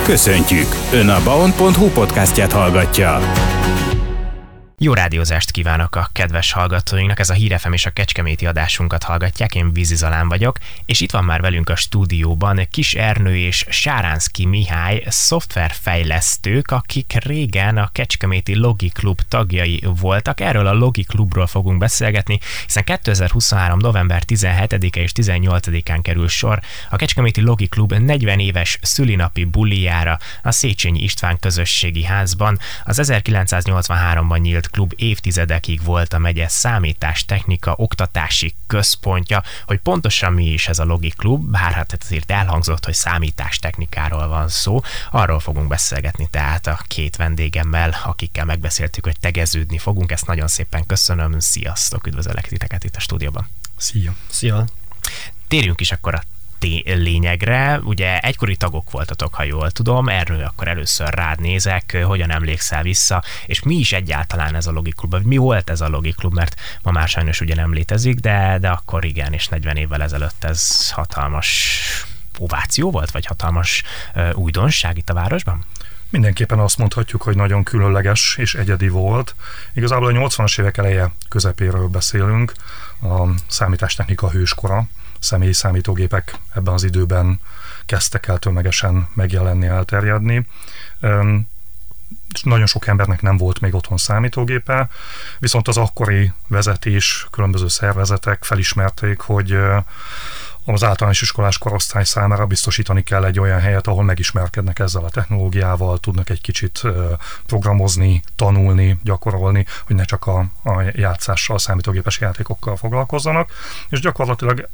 Köszöntjük! Ön a baon.hu podcastját hallgatja. Jó rádiózást kívánok a kedves hallgatóinknak, ez a Hír FM és a kecskeméti adásunkat hallgatják, én Vízi Zalán vagyok, és itt van már velünk a stúdióban Kis Ernő és Sáránszky Mihály, szoftverfejlesztők, akik régen a Kecskeméti Logi Klub tagjai voltak. Erről a Logi Klubról fogunk beszélgetni, hiszen 2023. november 17-e és 18-án kerül sor a Kecskeméti Logi Klub 40 éves szülinapi bulijára a Széchenyi István közösségi házban. Az 1983-ban nyílt klub évtizedekig volt a megye számítástechnika oktatási központja. Hogy pontosan mi is ez a Logi Klub, bár hát azért elhangzott, hogy számítástechnikáról van szó, arról fogunk beszélgetni tehát a két vendégemmel, akikkel megbeszéltük, hogy tegeződni fogunk. Ezt nagyon szépen köszönöm, sziasztok, üdvözöllek titeket itt a stúdióban. Szia! Térjünk is akkor a lényegre. Ugye egykori tagok voltatok, ha jól tudom, erről akkor először rád nézek, hogyan emlékszel vissza, és mi is egyáltalán ez a Logi Klub, mi volt ez a Logi Klub, mert ma már sajnos ugye nem létezik, de akkor igen, és 40 évvel ezelőtt ez hatalmas ováció volt, vagy hatalmas újdonság itt a városban? Mindenképpen azt mondhatjuk, hogy nagyon különleges és egyedi volt. Igazából a 80-as évek eleje közepéről beszélünk, a számítástechnika hőskora, személyi számítógépek ebben az időben kezdtek el tömegesen megjelenni, elterjedni. És nagyon sok embernek nem volt még otthon számítógépe, viszont az akkori vezetés, különböző szervezetek felismerték, hogy az általános iskolás korosztály számára biztosítani kell egy olyan helyet, ahol megismerkednek ezzel a technológiával, tudnak egy kicsit programozni, tanulni, gyakorolni, hogy ne csak a játszással, a számítógépes játékokkal foglalkozzanak, és gyakorlatilag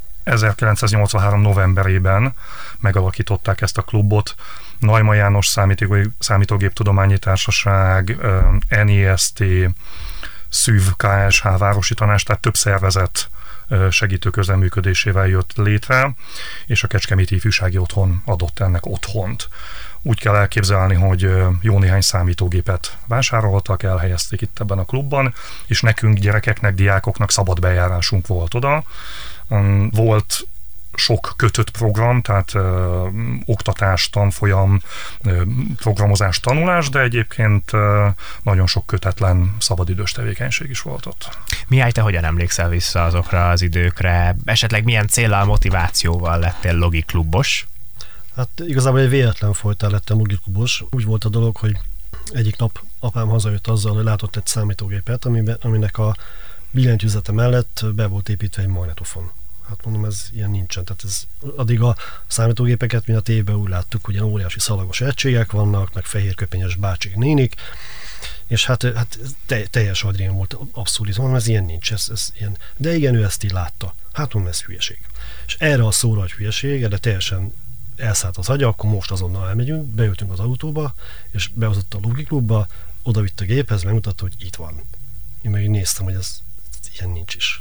1983. novemberében megalakították ezt a klubot. Neumann János Számítógéptudományi Társaság, NIST, SZÜV, KSH, Városi Tanács, tehát több szervezet segítő közleműködésével jött létre, és a Kecskeméti Ifjúsági Otthon adott ennek otthont. Úgy kell elképzelni, hogy jó néhány számítógépet vásároltak, elhelyezték itt ebben a klubban, és nekünk, gyerekeknek, diákoknak szabad bejárásunk volt oda. Volt sok kötött program, tehát oktatás, tanfolyam, programozás, tanulás, de egyébként nagyon sok kötetlen szabadidős tevékenység is volt ott. Mihály, te hogyan emlékszel vissza azokra az időkre? Esetleg milyen céllal, motivációval lettél Logi Klubos? Hát igazából egy véletlen folytán lettem Logi Klubos. Úgy volt a dolog, hogy egyik nap apám hazajött azzal, hogy látott egy számítógépet, aminek a billentyűzete mellett be volt építve egy magnetofon. Hát mondom, ez ilyen nincsen. Tehát addig a számítógépeket, mint a tévében úgy láttuk, hogy ilyen óriási szalagos egységek vannak, meg fehérköpenyes bácsik, nénik, és hát teljes adrén volt, abszolút, mondom, ez ilyen nincs, ez ilyen. De igen, ő ezt így látta. Hát mondom, ez hülyeség. És erre a szóra, hogy hülyeség, de teljesen elszállt az agya, akkor most azonnal elmegyünk, beültünk az autóba, és behozott a Logi Klubba, oda vitt a géphez, megmutatta, hogy itt van. Én meg néztem, hogy ez ilyen nincs is.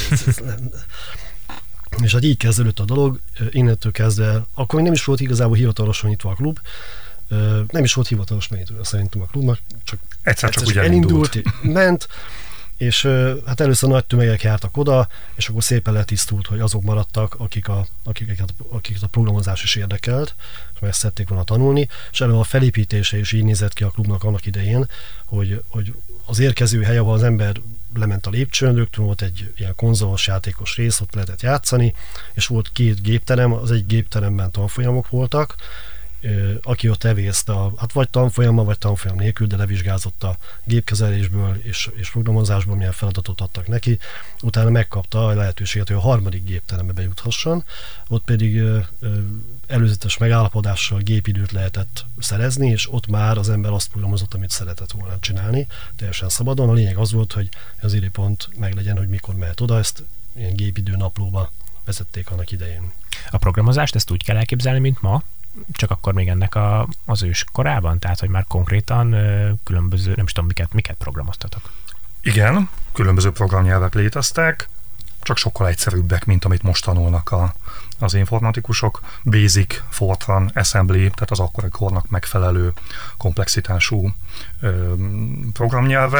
És hát így kezdődött a dolog, innentől kezdve, akkor még nem is volt igazából hivatalosan nyitva a klub, nem is volt hivatalos megnyitva szerintem a klubnak, csak egyszer csak úgy elindult. Ment, és hát először nagy tömegek jártak oda, és akkor szépen letisztult, hogy azok maradtak, akiket a programozás is érdekelt, és meg ezt szerették volna tanulni, és elő a felépítése is így nézett ki a klubnak annak idején, hogy az érkező hely, ahol az ember lement a lépcsőn, rögtön volt egy ilyen konzolos játékos rész, ott lehetett játszani, és volt 2 gépterem, az egy gépteremben tanfolyamok voltak, aki ott evészte, hát vagy tanfolyammal, vagy tanfolyam nélkül, de levizsgázott a gépkezelésből és programozásból, milyen feladatot adtak neki. Utána megkapta a lehetőséget, hogy a 3. gépterembe bejuthasson. Ott pedig előzetes megállapodással gépidőt lehetett szerezni, és ott már az ember azt programozott, amit szeretett volna csinálni, teljesen szabadon. A lényeg az volt, hogy az időpont meglegyen, hogy mikor mehet oda, ezt ilyen gépidő naplóba vezették annak idején. A programozást ezt úgy kell elképzelni, mint ma? Csak akkor még ennek az ős korában? Tehát, hogy már konkrétan különböző, nem is tudom, miket programoztatok? Igen, különböző programnyelvek léteztek, csak sokkal egyszerűbbek, mint amit most tanulnak az informatikusok. Basic, Fortran, Assembly, tehát az akkori kornak megfelelő komplexitású programnyelvek.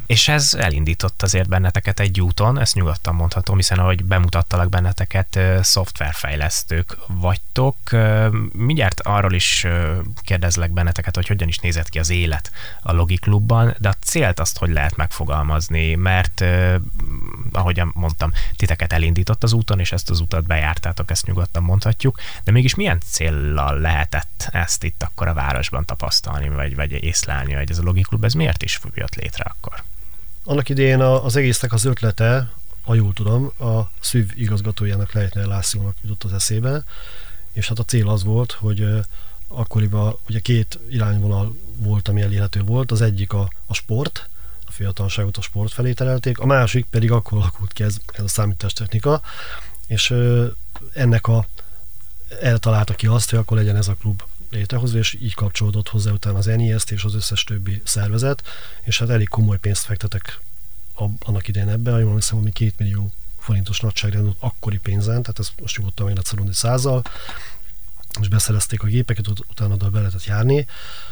És ez elindított azért benneteket egy úton, ezt nyugodtan mondhatom, hiszen ahogy bemutattalak benneteket, szoftverfejlesztők vagytok. Mindjárt arról is kérdezlek benneteket, hogy hogyan is nézett ki az élet a Logi Klubban, de a célt azt hogy lehet megfogalmazni, mert ahogyan mondtam, titeket elindított az úton, és ezt az utat bejártátok, ezt nyugodtan mondhatjuk, de mégis milyen céllal lehetett ezt itt akkor a városban tapasztalni, vagy észlelni, hogy ez a Logi Klub, ez miért is jött létre akkor? Annak idején az egésznek az ötlete, ha jól tudom, a SZÜV igazgatójának, Leitner Lászlónak jutott az eszébe, és hát a cél az volt, hogy akkoriban ugye 2 irányvonal volt, ami elérhető volt, az egyik a sport, a fiatalságot a sport felé terelték, a másik pedig akkor alakult ki ez a számítástechnika, és eltalálta ki azt, hogy akkor legyen ez a klub létrehozva, és így kapcsolódott hozzá utána az NIST és az összes többi szervezet, és hát elég komoly pénzt fektetek annak idején ebbe, jól hiszem, hogy 2 millió forintos nagyságrend volt akkori pénzen, tehát ez most nyugodtan meg lehet szorulni 100-zal, és beszerezték a gépeket, utána oda be lehetett járni.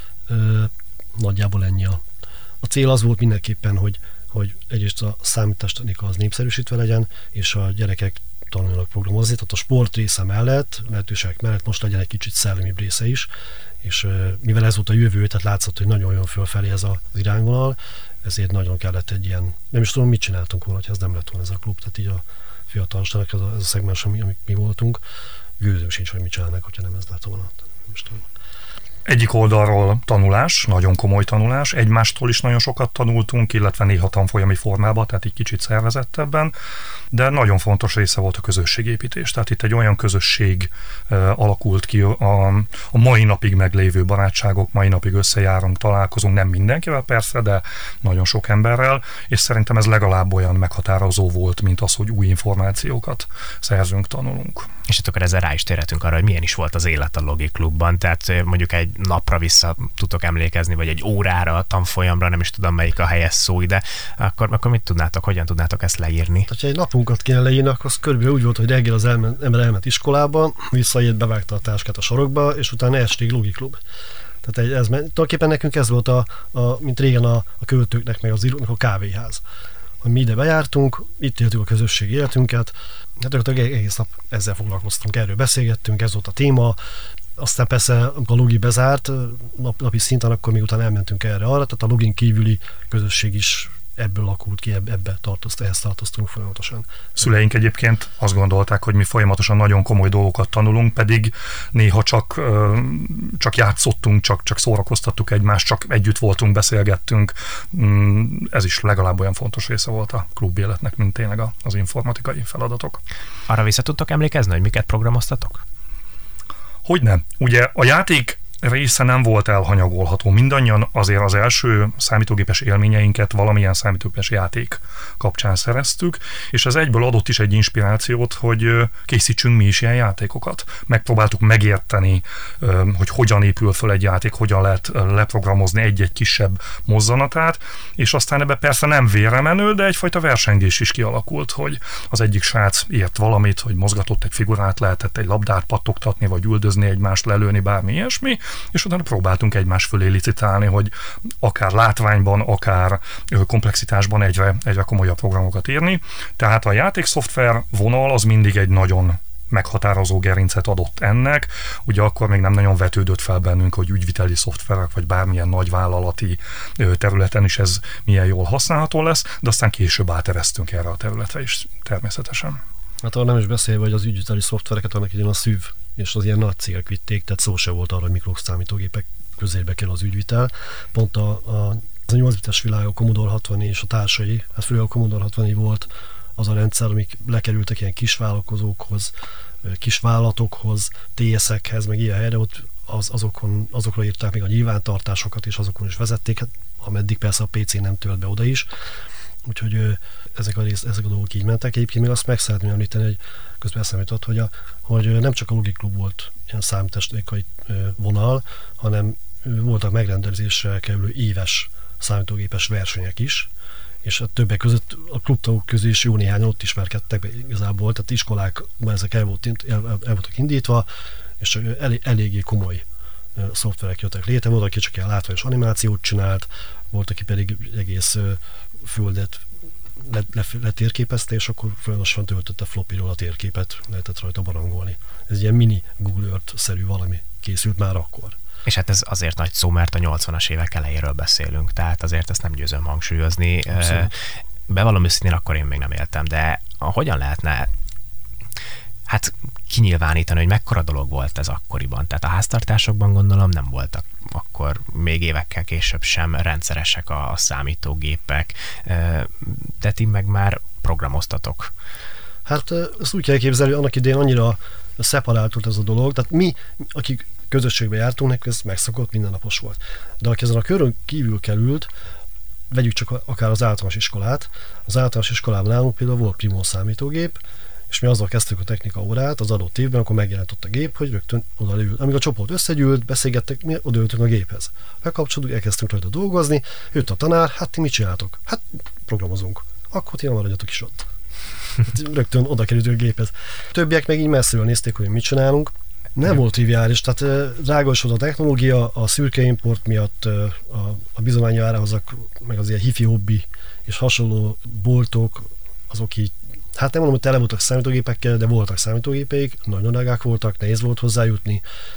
Nagyjából ennyi. A cél az volt mindenképpen, hogy egyrészt a számítástechnika az népszerűsítve legyen, és a gyerekek tanuljanak programozni, tehát a sport része mellett, lehetőségek mellett most legyen egy kicsit szellemibb része is, és mivel ez volt a jövő, tehát látszott, hogy nagyon jön fölfelé ez az irányvonal, ezért nagyon kellett egy ilyen, nem is tudom, mit csináltunk volna, hogy ez nem lett volna ez a klub, tehát így a fiatalosnak ez a szegmens, amik mi voltunk, gőzöm sincs, hogy mit csinálnak, hogyha nem ez lett volna. Nem is tudom. Egyik oldalról tanulás, nagyon komoly tanulás, egymástól is nagyon sokat tanultunk, illetve néha tanfolyami formában, tehát így kicsit szervezettebben, de nagyon fontos része volt a közösségépítés. Tehát itt egy olyan közösség alakult ki, a mai napig meglévő barátságok, mai napig összejárunk, találkozunk, nem mindenkivel persze, de nagyon sok emberrel, és szerintem ez legalább olyan meghatározó volt, mint az, hogy új információkat szerzünk, tanulunk. És akkor ezzel rá is térhetünk arra, hogy milyen is volt az élet a Logi Klubban, tehát mondjuk egy napra vissza tudtok emlékezni, vagy egy órára, tanfolyamra, nem is tudom melyik a helyes szó, de akkor mit tudnátok, hogyan tudnátok ezt leírni? Ha egy napunkat kéne leírni, akkor az körülbelül úgy volt, hogy reggel az ember elment iskolába, visszajött, bevágta a táskát a sarokba, és utána estig Logi Klub. Tehát tulajdonképpen nekünk ez volt mint régen a költőknek, meg az íróknak a kávéház. Hogy mi ide bejártunk, itt éltük a közösségi életünket, hát egész nap ezzel foglalkoztunk, erről beszélgettünk, ez volt a téma. Aztán persze, amikor a Logi bezárt napi szinten, akkor még utána elmentünk erre-arra, tehát a Login kívüli közösség is ebből alakult ki, ehhez tartoztunk folyamatosan. Szüleink egyébként azt gondolták, hogy mi folyamatosan nagyon komoly dolgokat tanulunk, pedig néha csak játszottunk, csak szórakoztattuk egymást, csak együtt voltunk, beszélgettünk. Ez is legalább olyan fontos része volt a klub életnek, mint tényleg az informatikai feladatok. Arra vissza tudtok emlékezni, hogy miket programoztatok? Hogyne. Ugye a játék része nem volt elhanyagolható. Mindannyian azért az első számítógépes élményeinket valamilyen számítógépes játék kapcsán szereztük, és ez egyből adott is egy inspirációt, hogy készítsünk mi is ilyen játékokat. Megpróbáltuk megérteni, hogy hogyan épül föl egy játék, hogyan lehet leprogramozni egy-egy kisebb mozzanatát, és aztán ebbe persze nem vérremenő, de egyfajta versengés is kialakult, hogy az egyik srác ért valamit, hogy mozgatott egy figurát, lehetett egy labdát pattogtatni, vagy üldözni egymást, lelőni, bármi ilyesmi, és utána próbáltunk egymás fölé licitálni, hogy akár látványban, akár komplexitásban egyre komolyabb programokat írni. Tehát a játékszoftver vonal az mindig egy nagyon meghatározó gerincet adott ennek. Ugye akkor még nem nagyon vetődött fel bennünk, hogy ügyviteli szoftverek, vagy bármilyen nagyvállalati területen is ez milyen jól használható lesz, de aztán később áteresztünk erre a területre is természetesen. Hát arra nem is beszélve, hogy az ügyviteli szoftvereket annak idején a SZÜV és az ilyen nagy cégek vitték, tehát szó se volt arra, hogy mikroszámítógépek közébe kell az ügyvitel. Pont a 8 bites világ, a Commodore 60 és a társai, hát főleg a Commodore 60 volt az a rendszer, amik lekerültek ilyen kisvállalkozókhoz, kisvállalatokhoz, TS-ekhez, meg ilyen helyre, ott azokra írták még a nyilvántartásokat, és azokon is vezették, hát, ameddig persze a PC nem tölt be oda is. Úgyhogy ezek a dolgok így mentek. Egyébként még azt meg szeretném említeni, hogy közben eszembe jutott, hogy nem csak a Logi Klub volt ilyen számítástechnikai vonal, hanem voltak megrendezésre kerülő éves számítógépes versenyek is, és a többek között a klubtagok közül is jó néhány ott ismerkedtek be igazából, tehát iskolákban ezek el voltak indítva, és eléggé komoly szoftverek jöttek létre. Volt, aki csak ilyen látványos animációt csinált, volt, aki pedig egész földet letérképezte, és akkor folyamatosan töltötte floppyról a térképet, lehetett rajta barangolni. Ez ilyen mini Google Earth-szerű valami készült már akkor. És hát ez azért nagy szó, mert a 80-as évek elejéről beszélünk, tehát azért ezt nem győzöm hangsúlyozni. Abszolút. Bevallom őszintén, akkor én még nem éltem, de hogyan lehetne kinyilvánítani, hogy mekkora dolog volt ez akkoriban? Tehát a háztartásokban gondolom nem voltak akkor még évekkel később sem rendszeresek a számítógépek, de ti meg már programoztatok. Hát ezt úgy kell képzelni, hogy annak idején annyira szeparált volt ez a dolog, tehát mi, akik közösségbe jártunk, nekünk ez megszokott, mindennapos volt. De aki ezen a körön kívül került, vegyük csak akár az általános iskolát. Az általános iskolában nálunk például volt Primo számítógép, és mi azzal kezdtük a technika órát az adott évben, akkor megjelent ott a gép, hogy rögtön oda leült. Amíg a csoport összegyűlt, beszélgettek, mi odaültünk a géphez. Megkapcsoltuk, elkezdtünk rajta dolgozni, jött a tanár, hát ti mit csináltok? Hát programozunk. Akkor ti maradjatok is ott. Hát rögtön oda kerültünk a géphez. Többiek meg így messziről nézték, hogy mit csinálunk. Nem volt triviális, tehát drága is volt a technológia, a szürke import miatt a bizományi árahozzak, meg az ilyen hifi hobbi és hasonló boltok, azok így, hát nem mondom, hogy tele voltak számítógépekkel, de voltak számítógépeik, nagyon drágák voltak, nehéz volt hozzájutni,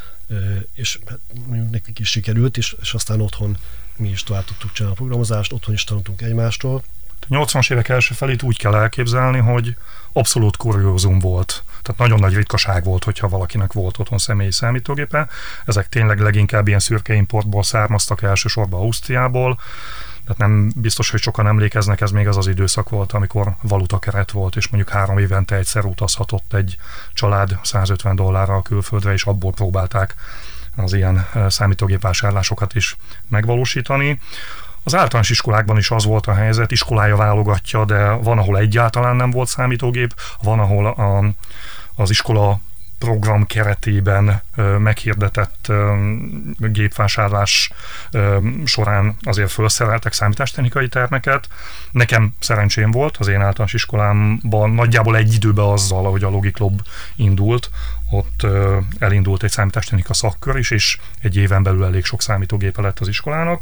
és hát, nekik is sikerült, és aztán otthon mi is tovább tudtuk csinálni a programozást, otthon is tanultunk egymástól. A 80-as évek első felét úgy kell elképzelni, hogy abszolút kuriózum volt. Tehát nagyon nagy ritkaság volt, hogyha valakinek volt otthon személyi számítógépe. Ezek tényleg leginkább ilyen szürke importból származtak, elsősorban Ausztriából. Tehát nem biztos, hogy sokan emlékeznek, ez még az az időszak volt, amikor valutakeret volt, és mondjuk 3 évente egyszer utazhatott egy család $150 külföldre, és abból próbálták az ilyen számítógépvásárlásokat is megvalósítani. Az általános iskolákban is az volt a helyzet, iskolája válogatja, de van, ahol egyáltalán nem volt számítógép, van, ahol az iskola program keretében meghirdetett gépvásárlás során azért felszereltek számítástechnikai termeket. Nekem szerencsém volt, az én általános iskolámban nagyjából egy időben azzal, ahogy a Logic Lab indult, ott elindult egy számítástechnika szakkör is, és egy éven belül elég sok számítógépe lett az iskolának,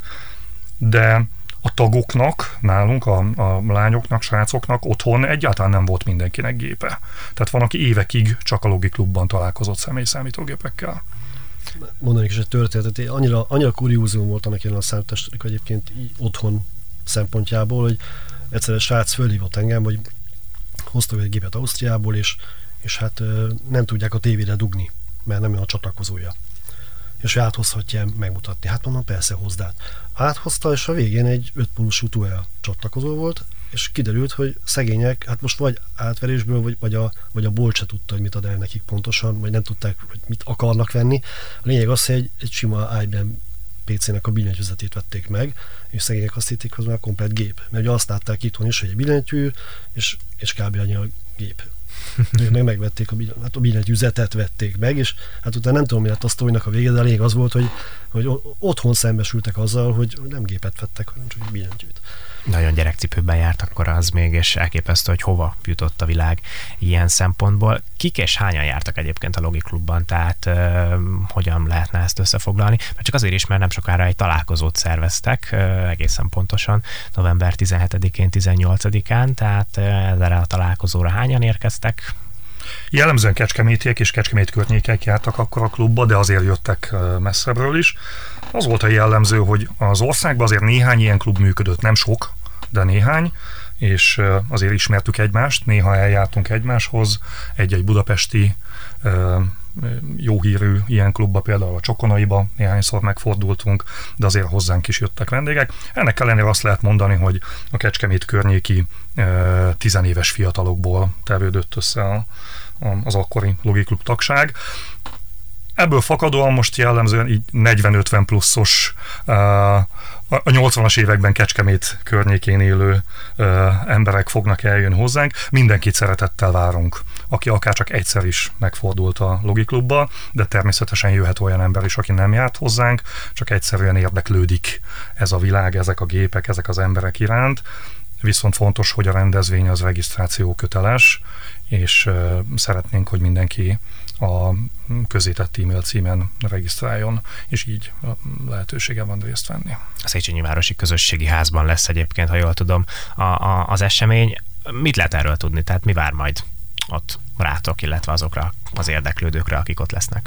de a tagoknak, nálunk, a lányoknak, srácoknak otthon egyáltalán nem volt mindenkinek gépe. Tehát van, aki évekig csak a Logic Clubban találkozott személyi számítógépekkel. Mondanék is egy történetet, annyira kuriózum volt annak a számítástechnika egyébként otthon szempontjából, hogy egyszer egy srác fölhívott engem, hogy hoztak egy gépet Ausztriából, és hát nem tudják a tévére dugni, mert nem olyan a csatlakozója. És áthozhatja megmutatni. Hát mondom, persze hozd át. Áthozta, és a végén egy 5 pólusú Dual csatlakozó volt, és kiderült, hogy szegények, hát most vagy átverésből, vagy a bolt se tudta, hogy mit ad el nekik pontosan, vagy nem tudták, hogy mit akarnak venni. A lényeg az, hogy egy sima IBM PC-nek a billentyűzetét vették meg, és szegények azt hitték, hogy az már komplet gép. Mert ugye azt látták itthon is, hogy egy billentyű, és kb. Annyi a gép. Ők meg megvették a billentyűzetet vették meg, és hát utána nem tudom, mi lett a sztorinak a vége, de a lényeg az volt, hogy otthon szembesültek azzal, hogy nem gépet vettek, hanem csak egy billentyűt. Nagyon gyerekcipőben járt akkor az még, és elképesztő, hogy hova jutott a világ ilyen szempontból. Kik és hányan jártak egyébként a Logic Clubban, tehát hogyan lehetne ezt összefoglalni? Mert csak azért is, mert nem sokára egy találkozót szerveztek, egészen pontosan, november 17-én, 18-án, tehát erre a találkozóra hányan érkeztek? Jellemzően kecskemétiek és Kecskemét környékek jártak akkor a klubba, de azért jöttek messzebbről is. Az volt a jellemző, hogy az országban azért néhány ilyen klub működött, nem sok, de néhány, és azért ismertük egymást, néha eljártunk egymáshoz, egy-egy budapesti jó hírű ilyen klubba, például a Csokonaiba néhányszor megfordultunk, de azért hozzánk is jöttek vendégek. Ennek ellenére azt lehet mondani, hogy a Kecskemét környéki 10 éves fiatalokból tevődött össze az akkori Logic Club tagság. Ebből fakadóan most jellemzően így 40-50 pluszos a 80-as években Kecskemét környékén élő emberek fognak eljönni hozzánk. Mindenkit szeretettel várunk, aki akár csak egyszer is megfordult a Logic Clubba, de természetesen jöhet olyan ember is, aki nem járt hozzánk, csak egyszerűen érdeklődik ez a világ, ezek a gépek, ezek az emberek iránt. Viszont fontos, hogy a rendezvény az regisztráció köteles, és szeretnénk, hogy mindenki a közzétett e-mail címen regisztráljon, és így lehetősége van részt venni. A Széchenyi Városi Közösségi Házban lesz egyébként, ha jól tudom, az esemény. Mit lehet erről tudni? Tehát mi vár majd ott rátok, illetve azokra az érdeklődőkre, akik ott lesznek?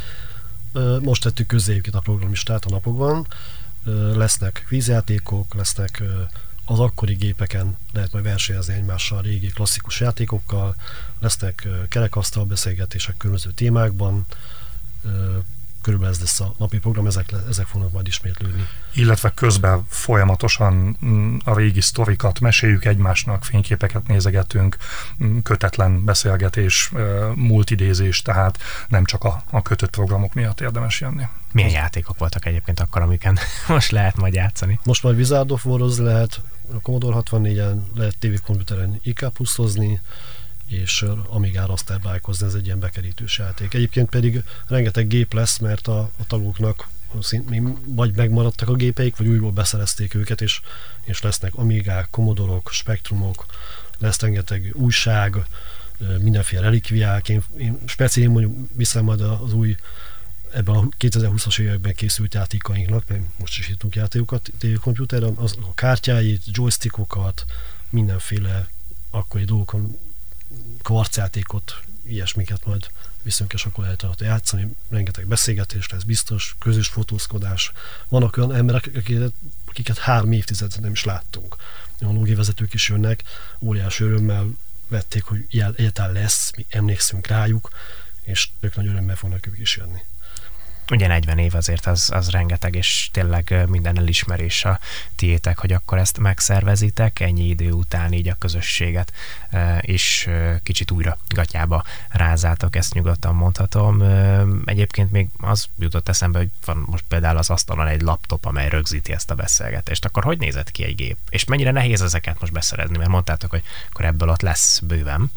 Most tettük közzé a programistát a napokban. Lesznek vízjátékok, lesznek az akkori gépeken lehet majd versenyezni egymással régi klasszikus játékokkal, lesznek kerekasztal beszélgetések különböző témákban, körülbelül ez lesz a napi program, ezek fognak majd ismétlődni. Illetve közben folyamatosan a régi sztorikat meséljük egymásnak, fényképeket nézegetünk, kötetlen beszélgetés, múltidézés, tehát nem csak a kötött programok miatt érdemes jönni. Milyen játékok voltak egyébként akkor, amiken most lehet majd játszani? Most majd Wizard of War-ozni lehet, a Commodore 64-en lehet TV-komputeren IK+-ozni, és Amigára Asterbike-ozni, ez egy ilyen bekerítős játék. Egyébként pedig rengeteg gép lesz, mert a tagoknak vagy megmaradtak a gépeik, vagy újból beszerezték őket, és lesznek Amigák, Commodore-ok, Spectrumok, lesz rengeteg újság, mindenféle relikviák. Én speciál mondjuk viszem majd az új, ebben a 2020-as években készült játékainknak, mert most is írtunk játékokat tévékomputerren, a kártyáit, joystickokat, mindenféle akkori dolgokon, kvarcjátékot, ilyesmiket majd viszünk, és akkor lehet alatt játszani. Rengeteg beszélgetés lesz biztos, közös fotózkodás. Vannak olyan emberek, akiket 3 évtizedet nem is láttunk. A lógévezetők is jönnek, óriás örömmel vették, hogy egyáltalán lesz, mi emlékszünk rájuk, és ők nagy örömmel fognak ők is jönni. Ugye 40 év azért az rengeteg, és tényleg minden elismerés a tiétek, hogy akkor ezt megszervezitek, ennyi idő után így a közösséget és kicsit újra gatyába rázátok, ezt nyugodtan mondhatom. Egyébként még az jutott eszembe, hogy van most például az asztalon egy laptop, amely rögzíti ezt a beszélgetést. Akkor hogy nézett ki egy gép? És mennyire nehéz ezeket most beszerezni? Mert mondtátok, hogy akkor ebből ott lesz bőven.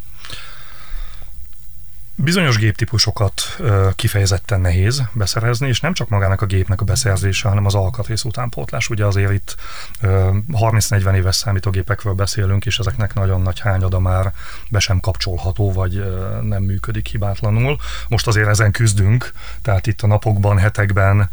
Bizonyos géptípusokat kifejezetten nehéz beszerezni, és nem csak magának a gépnek a beszerzése, hanem az alkatrész utánpótlás. Ugye azért itt 30-40 éves számítógépekről beszélünk, és ezeknek nagyon nagy hányada már be sem kapcsolható, vagy nem működik hibátlanul. Most azért ezen küzdünk, tehát itt a napokban, hetekben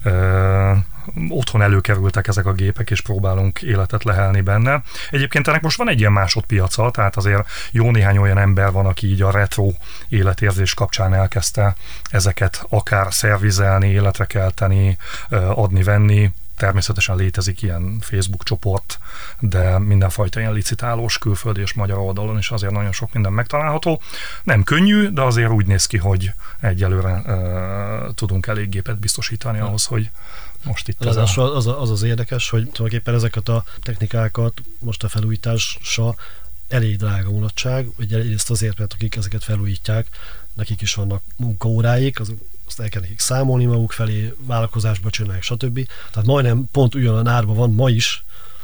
otthon előkerültek ezek a gépek, és próbálunk életet lehelni benne. Egyébként ennek most van egy ilyen másodpiaca, tehát azért jó néhány olyan ember van, aki így a retro életérzés kapcsán elkezdte ezeket akár szervizelni, életre kelteni, adni-venni. Természetesen létezik ilyen Facebook csoport, de mindenfajta ilyen licitálós külföldi és magyar oldalon is azért nagyon sok minden megtalálható. Nem könnyű, de azért úgy néz ki, hogy egyelőre tudunk elég gépet biztosítani ahhoz, hogy most itt az érdekes, hogy tulajdonképpen ezeket a technikákat most a felújítása elég drága mulatság, ugye egyrészt azért, mert akik ezeket felújítják, nekik is vannak munkaóráik, azt el kell nekik számolni maguk felé, vállalkozásba csinálják, stb. Tehát majdnem pont ugyan a árban van ma is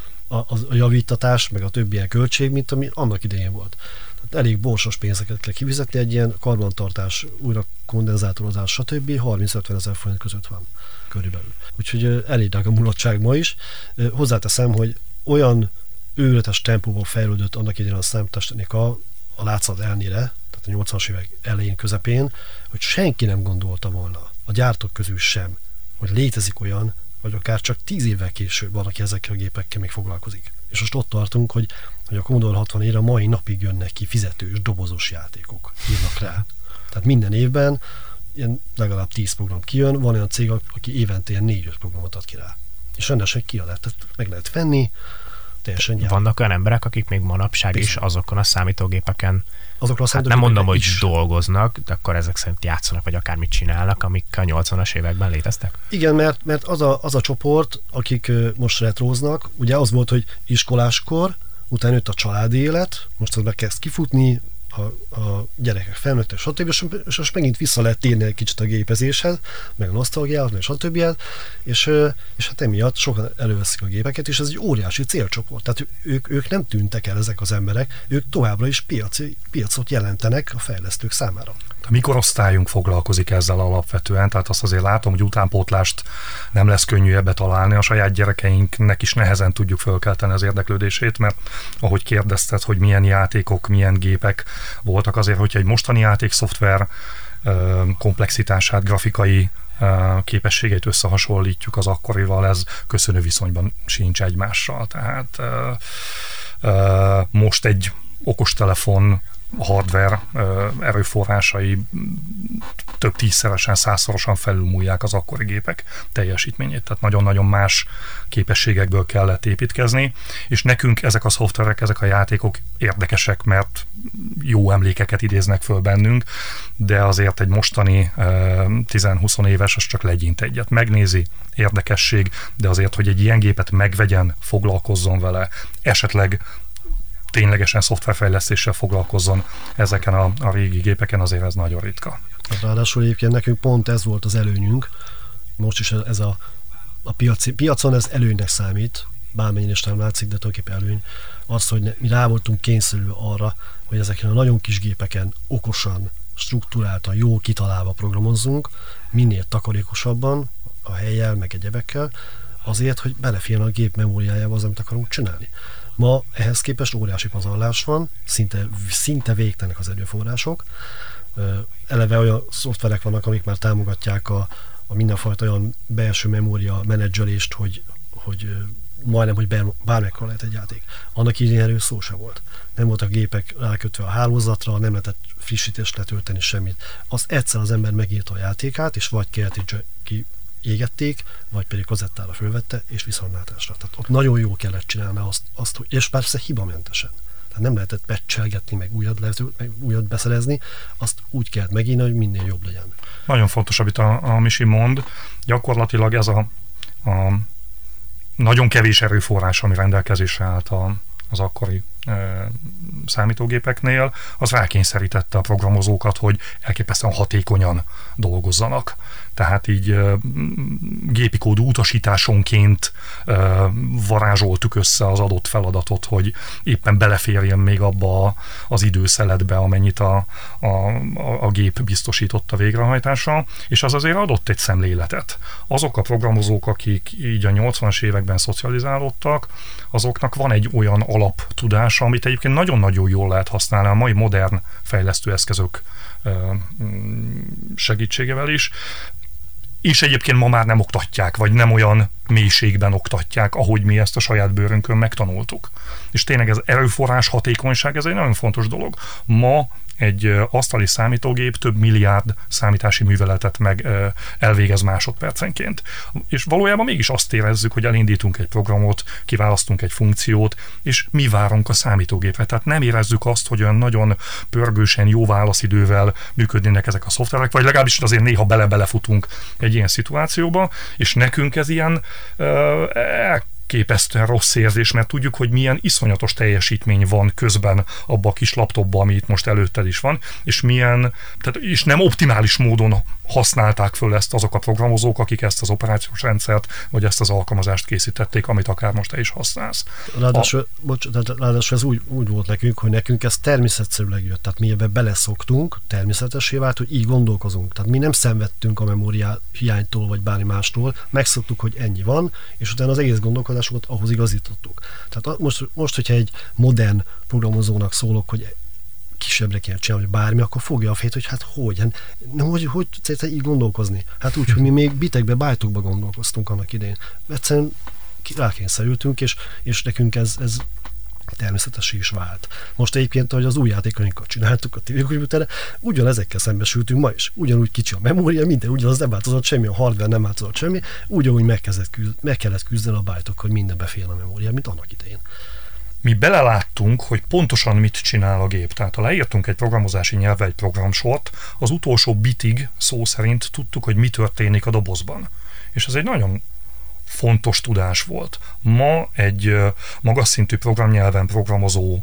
a javítatás, meg a többi ilyen költség, mint ami annak idején volt. Tehát elég borsos pénzeket kell kifizetni, egy ilyen karbantartás, újra kondenzátorozás, stb. 30-50 ezer forint között van körülbelül. Úgyhogy elég drága mulatság ma is. Hozzáteszem, hogy olyan őrületes tempóban fejlődött annak idején a számítástechnika a látszat ellenére, tehát a 80-as évek elején, közepén, hogy senki nem gondolta volna, a gyártók közül sem, hogy létezik olyan, vagy akár csak 10 évvel később valaki ezekkel a gépekkel még foglalkozik. És most ott tartunk, hogy a Commodore 64-re mai napig jönnek ki fizetős, dobozos játékok, írnak rá. Tehát minden évben ilyen legalább 10 program kijön, van olyan cég, aki évente ilyen 4-5 programot ad ki rá. És rendesen kiad, tehát meg lehet venni, teljesen gyárt. Vannak olyan emberek, akik még manapság is azokon a számítógépeken, hát nem mondom, hogy is dolgoznak, de akkor ezek szerint játszanak, vagy akármit csinálnak, amik a 80-as években léteztek? Igen, mert az a csoport, akik most retróznak, ugye az volt, hogy iskoláskor, utána jött a családi élet, most az meg kezd kifutni, a gyerekek felnőttek, stb. És most megint vissza lehet térni egy kicsit a gépezéshez, meg a nosztalgiához, meg stb. És hát emiatt sokan előveszik a gépeket, és ez egy óriási célcsoport. Tehát ők nem tűntek el, ezek az emberek, ők továbbra is piacot jelentenek a fejlesztők számára. A mi korosztályunk foglalkozik ezzel alapvetően, tehát azt azért látom, hogy utánpótlást nem lesz könnyű ebbe találni, a saját gyerekeinknek is nehezen tudjuk fölkelteni az érdeklődését, mert ahogy kérdezted, hogy milyen játékok, milyen gépek voltak, azért, hogyha egy mostani játékszoftver komplexitását, grafikai képességeit összehasonlítjuk az akkorival, ez köszönő viszonyban sincs egymással. Tehát most egy okostelefon hardware erőforrásai több 10-szeresen, 100-szorosan felülmúlják az akkori gépek teljesítményét. Tehát nagyon-nagyon más képességekből kellett építkezni, és nekünk ezek a szoftverek, ezek a játékok érdekesek, mert jó emlékeket idéznek föl bennünk, de azért egy mostani 10-20 éves az csak legyint egyet. Megnézi, érdekesség, de azért, hogy egy ilyen gépet megvegyen, foglalkozzon vele, esetleg ténylegesen szoftverfejlesztéssel foglalkozzon ezeken a régi gépeken, azért ez nagyon ritka. Ráadásul egyébként nekünk pont ez volt az előnyünk, most is ez a piacon ez előnynek számít, bármennyire is nem látszik, de tulajdonképpen előny, az, hogy mi rá voltunk kényszerülve arra, hogy ezeken a nagyon kis gépeken okosan, struktúráltan, jól kitalálva programozzunk, minél takarékosabban, a hellyel, meg egyebekkel, azért, hogy beleférjen a gép memóriájába az, amit akarunk csinálni. Ma ehhez képest óriási pazarlás van, szinte végtelenek az erőforrások. Eleve olyan szoftverek vannak, amik már támogatják a mindenfajta olyan belső memória menedzselést, hogy majdnem, hogy bármekkora lehet egy játék. Annak így erről szó sem volt. Nem voltak gépek rákötve a hálózatra, nem lehetett frissítést letölteni, semmit. Az egyszer az ember megírta a játékát, és vagy ki égették, vagy pedig kazettára fölvette, és viszontlátásra. Tehát ott nagyon jól kellett csinálni azt, és persze hibamentesen. Tehát nem lehetett patchelgetni, meg újat beszerezni, azt úgy kellett megírni, hogy minél jobb legyen. Nagyon fontos, amit a Misi mond, gyakorlatilag ez a nagyon kevés erőforrás, ami rendelkezésre állt az akkori számítógépeknél, az rákényszerítette a programozókat, hogy elképesztően hatékonyan dolgozzanak. Tehát így gépi kódú utasításonként varázsoltuk össze az adott feladatot, hogy éppen beleférjen még abba az időszeletbe, amennyit a gép biztosított a végrehajtásra, és az azért adott egy szemléletet. Azok a programozók, akik így a 80-as években szocializálódtak, azoknak van egy olyan alaptudása, amit egyébként nagyon-nagyon jól lehet használni a mai modern fejlesztőeszközök segítségével is, és egyébként ma már nem oktatják, vagy nem olyan mélységben oktatják, ahogy mi ezt a saját bőrünkön megtanultuk. És tényleg ez erőforrás hatékonyság, ez egy nagyon fontos dolog. Ma egy asztali számítógép több milliárd számítási műveletet meg elvégez másodpercenként. És valójában mégis azt érezzük, hogy elindítunk egy programot, kiválasztunk egy funkciót, és mi várunk a számítógépre. Tehát nem érezzük azt, hogy olyan nagyon pörgősen, jó válaszidővel működnének ezek a szoftverek, vagy legalábbis azért néha belefutunk egy ilyen szituációba, és nekünk ez ilyen képesztően rossz érzés, mert tudjuk, hogy milyen iszonyatos teljesítmény van közben abba a kis laptopba, ami itt most előtted is van, és nem optimális módon használták föl ezt azok a programozók, akik ezt az operációs rendszert, vagy ezt az alkalmazást készítették, amit akár most te is használsz. Ráadásul ez úgy volt nekünk, hogy nekünk ez természetszerűleg jött, tehát mi ebbe beleszoktunk, természetessé vált, hogy így gondolkozunk. Tehát mi nem szenvedtünk a memória hiánytól, vagy bármi mástól, megszoktuk, hogy ennyi van, és utána az egész gondolkodásokat ahhoz igazítottuk. Tehát most, hogyha egy modern programozónak szólok, hogy kisebbre kell csinálni, vagy bármi, akkor fogja a fejét, hogy hát hogy tudsz így gondolkozni? Hát úgy, hogy mi még bitekbe, bájtokba gondolkoztunk annak idején. Egyszerűen rákényszerültünk, és nekünk ez természetesen is vált. Most egyébként, ahogy az új játékainkat csináltuk a TV Computerre, ugyanezekkel szembesültünk ma is. Ugyanúgy kicsi a memória, minden ugyanaz, nem változott semmi, a hardware nem változott semmi, ugyanúgy meg kellett küzdeni a bájtokkal, hogy minden befél a memória, mint annak idején. Mi beleláttunk, hogy pontosan mit csinál a gép. Tehát ha leírtunk egy programozási nyelvre egy programsort, az utolsó bitig szó szerint tudtuk, hogy mi történik a dobozban. És ez egy nagyon fontos tudás volt. Ma egy magas szintű programnyelven programozó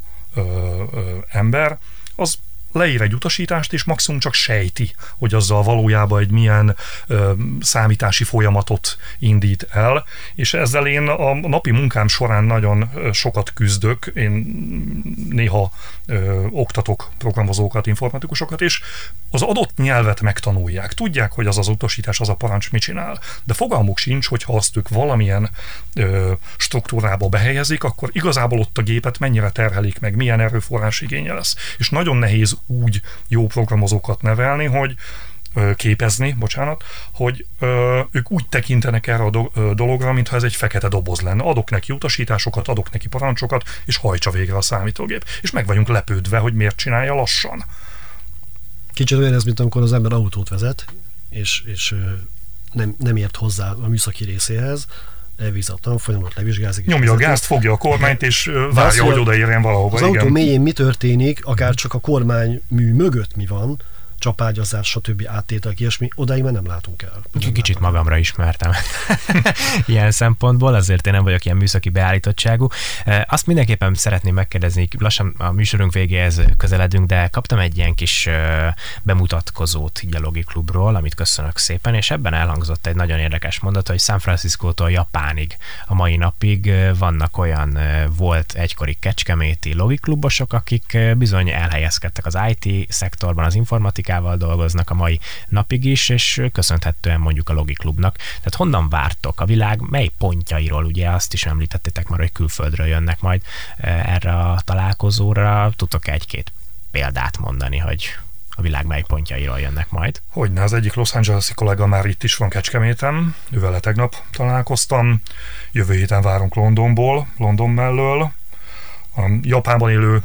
ember, az leír egy utasítást, és maximum csak sejti, hogy azzal valójában egy milyen számítási folyamatot indít el, és ezzel én a napi munkám során nagyon sokat küzdök, én néha oktatok programozókat, informatikusokat, és az adott nyelvet megtanulják. Tudják, hogy az az utasítás, az a parancs mit csinál, de fogalmuk sincs, hogyha azt ők valamilyen struktúrába behelyezik, akkor igazából ott a gépet mennyire terhelik meg, milyen erőforrás igénye lesz. És nagyon nehéz úgy jó programozókat nevelni, hogy képezni, hogy ők úgy tekintenek erre a dologra, mintha ez egy fekete doboz lenne. Adok neki utasításokat, adok neki parancsokat, és hajtsa végre a számítógép. És meg vagyunk lepődve, hogy miért csinálja lassan. Kicsit olyan ez, mint amikor az ember autót vezet, és nem ért hozzá a műszaki részéhez, elvízatlan, folyamatosan levizsgázik. Nyomja a gázt, fogja a kormányt, és várja, hogy odaérjen valahova. Az autó mélyén mi történik, akár csak a kormánymű mögött mi van, csapágyazás, stb. Áttétek, ilyesmi, odáig már nem látunk el. Kicsit magamra ismertem ilyen szempontból, azért én nem vagyok ilyen műszaki beállítottságú. Azt mindenképpen szeretném megkérdezni, lassan a műsorunk végéhez közeledünk, de kaptam egy ilyen kis bemutatkozót így a Logi Klubról, amit köszönök szépen, és ebben elhangzott egy nagyon érdekes mondat, hogy San Franciscótól Japánig a mai napig vannak olyan volt egykori kecskeméti Logi klubosok, akik bizony elhelyezkedtek az IT szektorban, az informatikával dolgoznak a mai napig is, és köszönhetően mondjuk a Logi Klubnak. Tehát honnan vártok a világ, mely pontjairól, ugye azt is említettétek már, hogy külföldről jönnek majd erre a találkozóra. Tudtok egy-két példát mondani, hogy a világ mely pontjairól jönnek majd? Hogyne, az egyik Los Angeles-i kollega már itt is van Kecskeméten, ővele tegnap találkoztam, jövő héten várunk London mellől. A Japánban élő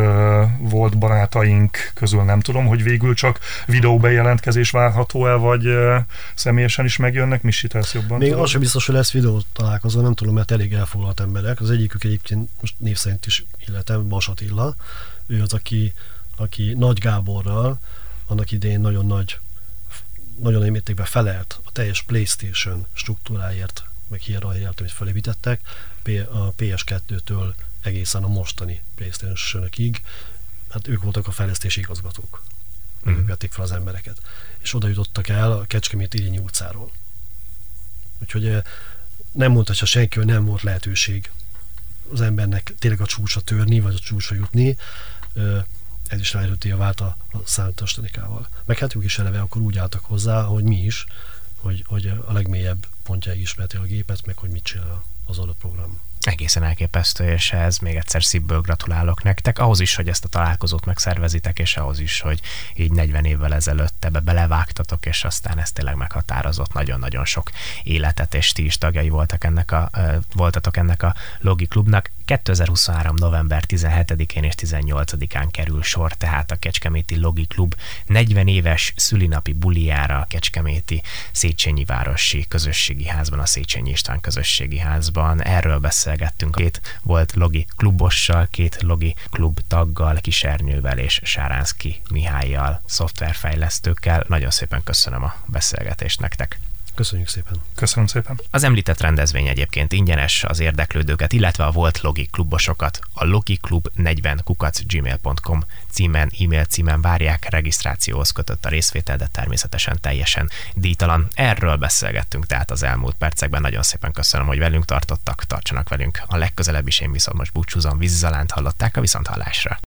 volt barátaink közül nem tudom, hogy végül csak videóbejelentkezés várható-e, vagy személyesen is megjönnek, Missi-telsz jobban? Még az sem biztos, hogy lesz videó találkozó, nem tudom, mert elég elfoglalt emberek. Az egyikük egyébként most név szerint is illetem, Bas Attila. Ő az, aki Nagy Gáborral annak idején nagyon nagy mértékben felelt a teljes PlayStation struktúráért, meg hierarchiáért, amit felépítettek, a PS2-től egészen a mostani PlayStation-ig, hát ők voltak a fejlesztési igazgatók. Ők vették fel az embereket. És oda jutottak el a Kecskemét Irényi utcáról. Úgyhogy nem mondhatja senki, hogy nem volt lehetőség az embernek tényleg a csúcsra törni, vagy a csúcsra jutni. Ez is lehetővé vált a számítástechnikával. Meg hát ők is eleve akkor úgy álltak hozzá, hogy mi is, hogy a legmélyebb pontjáig ismerték a gépet, meg hogy mit csinál az adott program. Egészen elképesztő, és ez még egyszer szívből gratulálok nektek. Ahhoz is, hogy ezt a találkozót megszervezitek, és ahhoz is, hogy így 40 évvel ezelőtt ebbe belevágtatok, és aztán ez tényleg meghatározott nagyon-nagyon sok életet, és ti is tagjai voltatok ennek a Logi Klubnak. 2023. november 17-én és 18-án kerül sor tehát a Kecskeméti Logi Klub 40 éves szülinapi bulijára a Kecskeméti Széchenyi Városi Közösségi Házban, a Széchenyi István Közösségi Házban. Erről beszélgettünk két volt Logi klubossal, két Logi Klub taggal, Kisernyővel és Sáránszky Mihályjal, szoftverfejlesztőkkel. Nagyon szépen köszönöm a beszélgetést nektek. Köszönjük szépen. Köszönöm szépen. Az említett rendezvény egyébként ingyenes, az érdeklődőket, illetve a volt Logi klubosokat a logiklub40@gmail.com címen, e-mail címen várják, regisztrációhoz kötött a részvétel, de természetesen teljesen díjtalan. Erről beszélgettünk tehát az elmúlt percekben. Nagyon szépen köszönöm, hogy velünk tartottak, tartsanak velünk a legközelebb is, én viszont most búcsúzom, Vizi Zalánt hallották, a viszonthallásra.